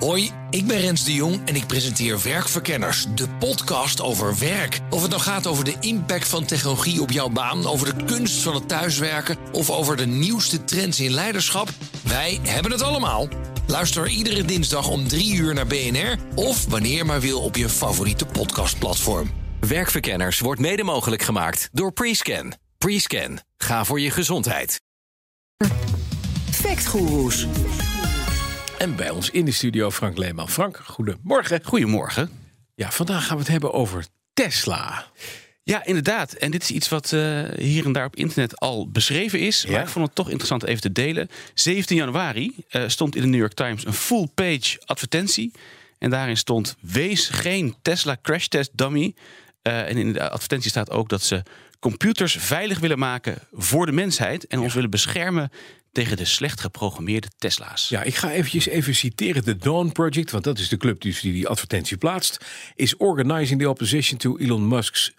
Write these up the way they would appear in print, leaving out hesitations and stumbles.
Hoi, ik ben Rens de Jong en ik presenteer Werkverkenners, de podcast over werk. Of het nou gaat over de impact van technologie op jouw baan, over de kunst van het thuiswerken of over de nieuwste trends in leiderschap, wij hebben het allemaal. Luister iedere dinsdag om 3:00 naar BNR of wanneer je maar wil op je favoriete podcastplatform. Werkverkenners wordt mede mogelijk gemaakt door Prescan. Prescan. Ga voor je gezondheid. Factgoeroes. En bij ons in de studio Frank Leeman. Frank, goedemorgen. Goedemorgen. Ja, vandaag gaan we het hebben over Tesla. Ja, inderdaad. En dit is iets wat hier en daar op internet al beschreven is. Maar ik vond het toch interessant even te delen. 17 januari stond in de New York Times een full-page advertentie. En daarin stond: wees geen Tesla crash test dummy. En in de advertentie staat ook dat ze computers veilig willen maken voor de mensheid. En ons willen beschermen tegen de slecht geprogrammeerde Tesla's. Ja, ik ga even citeren. The Dawn Project, want dat is de club die advertentie plaatst, is organizing the opposition to Elon Musk's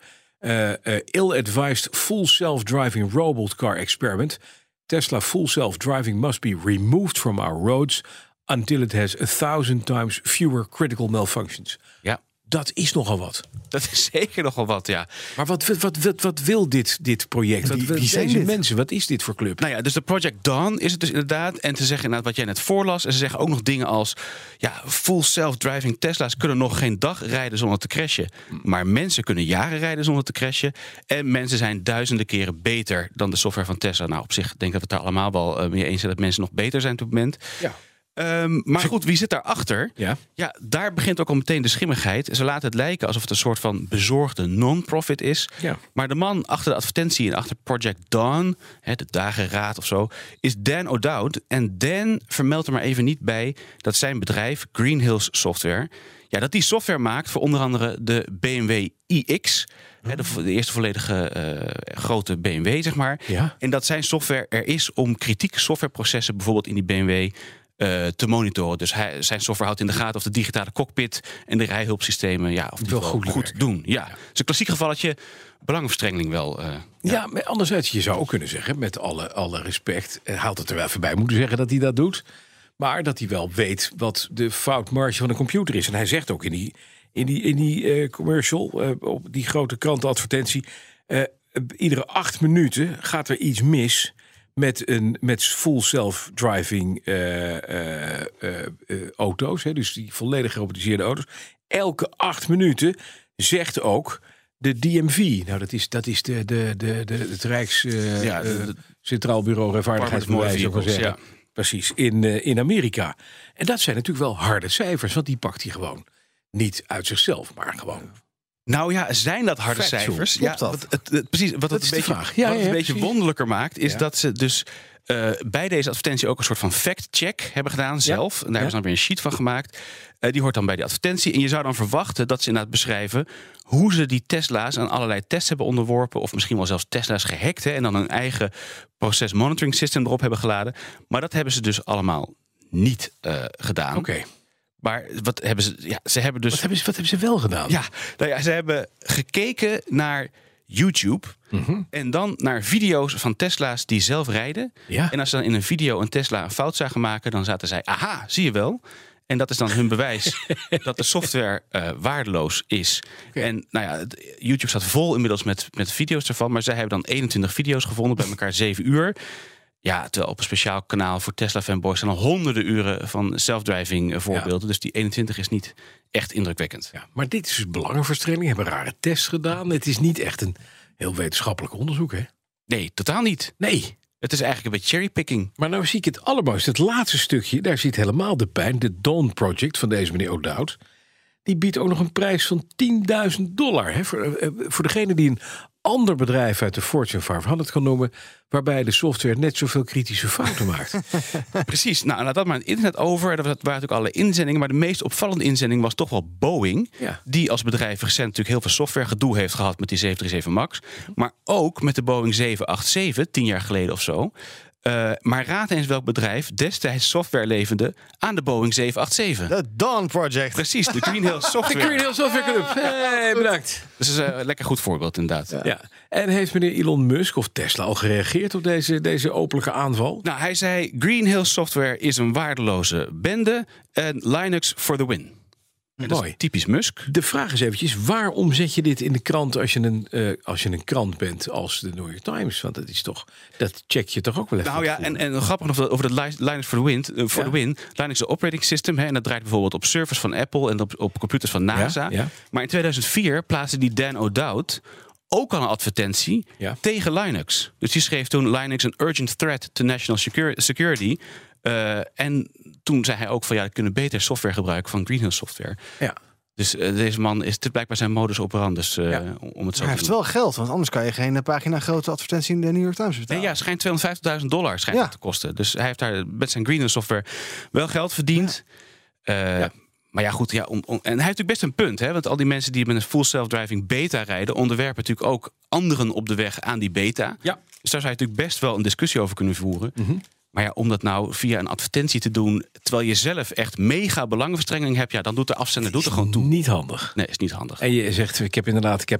ill-advised full self-driving robot car experiment. Tesla full self-driving must be removed from our roads until it has 1000 times fewer critical malfunctions. Ja. Dat is nogal wat. Dat is zeker nogal wat, ja. Maar wat wil dit project? Wie zijn deze mensen? Wat is dit voor club? Nou ja, dus de Project Dawn is het dus inderdaad. En te zeggen inderdaad wat jij net voorlas. En ze zeggen ook nog dingen als: ja, full self-driving Tesla's kunnen nog geen dag rijden zonder te crashen. Maar mensen kunnen jaren rijden zonder te crashen. En mensen zijn duizenden keren beter dan de software van Tesla. Nou, op zich denk ik dat we het daar allemaal wel mee eens zijn dat mensen nog beter zijn op het moment. Ja. Maar goed, wie zit daarachter? Ja, daar begint ook al meteen de schimmigheid. Ze laten het lijken alsof het een soort van bezorgde non-profit is. Ja. Maar de man achter de advertentie en achter Project Dawn, de dageraad of zo, is Dan O'Dowd. En Dan vermeldt er maar even niet bij dat zijn bedrijf, Green Hills Software, ja, dat die software maakt voor onder andere de BMW iX. De eerste volledige grote BMW, zeg maar. Ja. En dat zijn software er is om kritieke softwareprocessen bijvoorbeeld in die BMW te monitoren. Dus zijn software houdt in de gaten of de digitale cockpit en de rijhulpsystemen of die wel goed doen. Ja. Het is een klassiek gevalletje, belangenverstrengeling wel. Ja, maar anderzijds, je zou ook kunnen zeggen, met alle respect, haalt het er wel even bij moeten zeggen dat hij dat doet, maar dat hij wel weet wat de foutmarge van een computer is. En hij zegt ook in die commercial, op die grote krantenadvertentie, iedere 8 minuten gaat er iets mis met full self-driving auto's. Dus die volledig gerobotiseerde auto's. Elke 8 minuten zegt ook de DMV. Nou, dat is het Rijks Centraal Bureau Rijvaardigheidsbewijs, zou ik maar zeggen. Ja. Precies, in Amerika. En dat zijn natuurlijk wel harde cijfers, want die pakt hij gewoon niet uit zichzelf, maar gewoon. Nou ja, zijn dat harde cijfers? Ja, precies. Wat het een beetje wonderlijker maakt, is dat ze dus bij deze advertentie ook een soort van fact-check hebben gedaan zelf. En daar hebben ze dan weer een sheet van gemaakt. Die hoort dan bij die advertentie. En je zou dan verwachten dat ze inderdaad beschrijven hoe ze die Tesla's aan allerlei tests hebben onderworpen. Of misschien wel zelfs Tesla's gehackt. En dan een eigen proces monitoring system erop hebben geladen. Maar dat hebben ze dus allemaal niet gedaan. Oké. Maar wat hebben ze? Ja, ze hebben dus. Wat hebben ze wel gedaan? Ja, nou ja, ze hebben gekeken naar YouTube en dan naar video's van Tesla's die zelf rijden. Ja. En als ze dan in een video een Tesla een fout zagen maken, dan zaten zij: aha, zie je wel. En dat is dan hun bewijs dat de software waardeloos is. Okay. En nou ja, YouTube staat vol inmiddels met video's ervan, maar zij hebben dan 21 video's gevonden, bij elkaar 7 uur. Ja, terwijl op een speciaal kanaal voor Tesla-fanboys zijn al honderden uren van self-driving voorbeelden. Ja. Dus die 21 is niet echt indrukwekkend. Ja, maar dit is dus belangenverstrengeling. Hebben rare tests gedaan. Het is niet echt een heel wetenschappelijk onderzoek, hè? Nee, totaal niet. Nee. Het is eigenlijk een beetje cherrypicking. Maar nou zie ik het allermooiste. Het laatste stukje, daar zit helemaal de pijn. De Dawn Project van deze meneer O'Dowd. Die biedt ook nog een prijs van $10.000. Hè, voor degene die een ander bedrijf uit de Fortune 500 kan noemen, waarbij de software net zoveel kritische fouten maakt. Precies. Nou, laat dat maar het internet over. Dat waren natuurlijk alle inzendingen. Maar de meest opvallende inzending was toch wel Boeing. Ja. Die als bedrijf recent natuurlijk heel veel softwaregedoe heeft gehad met die 737 MAX. Maar ook met de Boeing 787, 10 jaar geleden of zo. Maar raad eens welk bedrijf destijds software leverde aan de Boeing 787. De Dawn Project. Precies, de Green Hill Software. De Green Hill Software Club. Hey, bedankt. Dat is een lekker goed voorbeeld, inderdaad. Ja. En heeft meneer Elon Musk of Tesla al gereageerd op deze openlijke aanval? Nou, hij zei, Green Hill Software is een waardeloze bende en Linux for the win. En dat is typisch Musk. De vraag is eventjes, waarom zet je dit in de krant als je een krant bent als de New York Times? Want dat check je toch ook wel even. Nou ja, en grappig nog over de Linux for the win. Linux is een operating system. En dat draait bijvoorbeeld op servers van Apple en op computers van NASA. Ja. Maar in 2004 plaatste die Dan O'Dowd ook al een advertentie tegen Linux. Dus die schreef toen Linux an urgent threat to national security. En toen zei hij ook van we kunnen beter software gebruiken van Green Hill Software. Ja. Dus deze man is blijkbaar zijn modus operandus om het zo te doen. Hij heeft wel geld, want anders kan je geen pagina grote advertentie in de New York Times betalen. Nee, ja, schijnt $250.000 schijnt te kosten. Dus hij heeft daar met zijn Green Hill Software wel geld verdiend. Ja. Maar ja, goed. Ja, en hij heeft natuurlijk best een punt. Hè? Want al die mensen die met een full self-driving beta rijden, onderwerpen natuurlijk ook anderen op de weg aan die beta. Ja. Dus daar zou je natuurlijk best wel een discussie over kunnen voeren. Mm-hmm. Maar ja, om dat nou via een advertentie te doen, terwijl je zelf echt mega belangenverstrengeling hebt, dan doet de afzender er gewoon toe. Niet handig. Nee, is niet handig. En je zegt, ik heb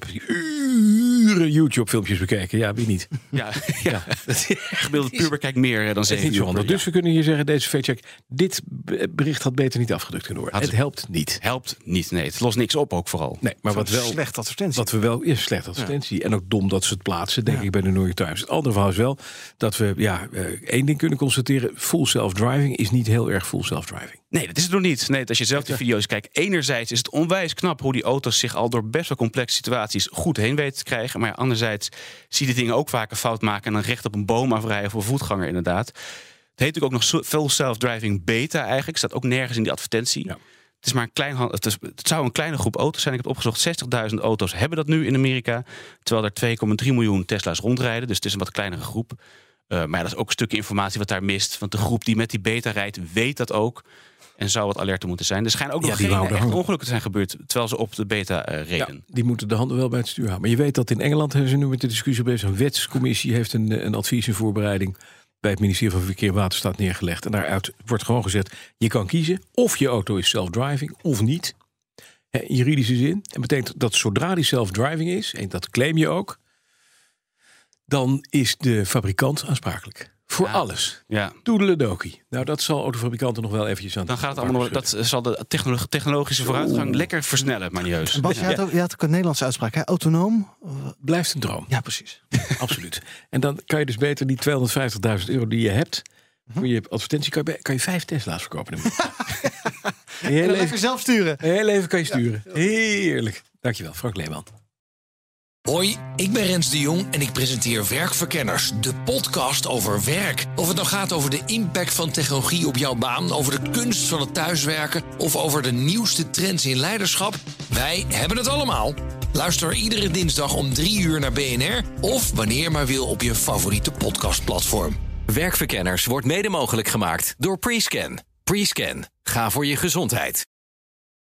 uren YouTube-filmpjes bekeken. Ja, wie niet? Ja. Gemiddelde puber kijkt meer dan 7 uur. Handig. Dus we kunnen hier zeggen, deze fact-check, dit bericht had beter niet afgedrukt kunnen worden. Het helpt niet. Helpt niet, nee. Het lost niks op ook vooral. Nee, maar wat wel... Slechte advertentie. Wat we wel... Ja, slechte advertentie. Ja. En ook dom dat ze het plaatsen, denk ik, bij de New York Times. Het andere verhaal is wel dat we één ding kunnen constateren. Full self-driving is niet heel erg full self-driving. Nee, dat is het nog niet. Nee, als je zelf de video's kijkt, enerzijds is het onwijs knap hoe die auto's zich al door best wel complexe situaties goed heen weten te krijgen. Maar anderzijds zie je de dingen ook vaker fout maken en dan recht op een boom afrijden of een voetganger inderdaad. Het heet natuurlijk ook nog full self-driving beta eigenlijk. Staat ook nergens in die advertentie. Ja. Het is maar het zou een kleine groep auto's zijn. Ik heb opgezocht, 60.000 auto's hebben dat nu in Amerika. Terwijl er 2,3 miljoen Tesla's rondrijden. Dus het is een wat kleinere groep. Maar dat is ook een stukje informatie wat daar mist. Want de groep die met die beta rijdt, weet dat ook. En zou wat alerter moeten zijn. Er schijnen ook nog geen ongelukken te zijn gebeurd terwijl ze op de beta reden. Ja, die moeten de handen wel bij het stuur houden. Maar je weet dat in Engeland hebben ze nu met de discussie bezig. Een wetscommissie heeft een advies in voorbereiding bij het ministerie van Verkeer en Waterstaat neergelegd. En daaruit wordt gewoon gezet, je kan kiezen of je auto is self-driving of niet. In juridische zin. En betekent dat zodra die self-driving is, en dat claim je ook, dan is de fabrikant aansprakelijk. Voor alles. Ja. Toedeledokie. Nou, dat zal autofabrikanten nog wel eventjes aan. Dan gaat het allemaal nog. Dat zal de technologische vooruitgang lekker versnellen, maar niet heus. Bas, je had ook een Nederlandse uitspraak, hè? Autonoom blijft een droom. Ja, precies. Absoluut. En dan kan je dus beter die €250.000 die je hebt voor je advertentie, kan je 5 Tesla's verkopen. Heel lekker zelf sturen. Heel even kan je sturen. Heerlijk. Dankjewel, Frank Leeman. Hoi, ik ben Rens de Jong en ik presenteer Werkverkenners, de podcast over werk. Of het nou gaat over de impact van technologie op jouw baan, over de kunst van het thuiswerken of over de nieuwste trends in leiderschap, wij hebben het allemaal. Luister iedere dinsdag om 3 uur naar BNR of wanneer je maar wil op je favoriete podcastplatform. Werkverkenners wordt mede mogelijk gemaakt door Prescan. Prescan. Ga voor je gezondheid.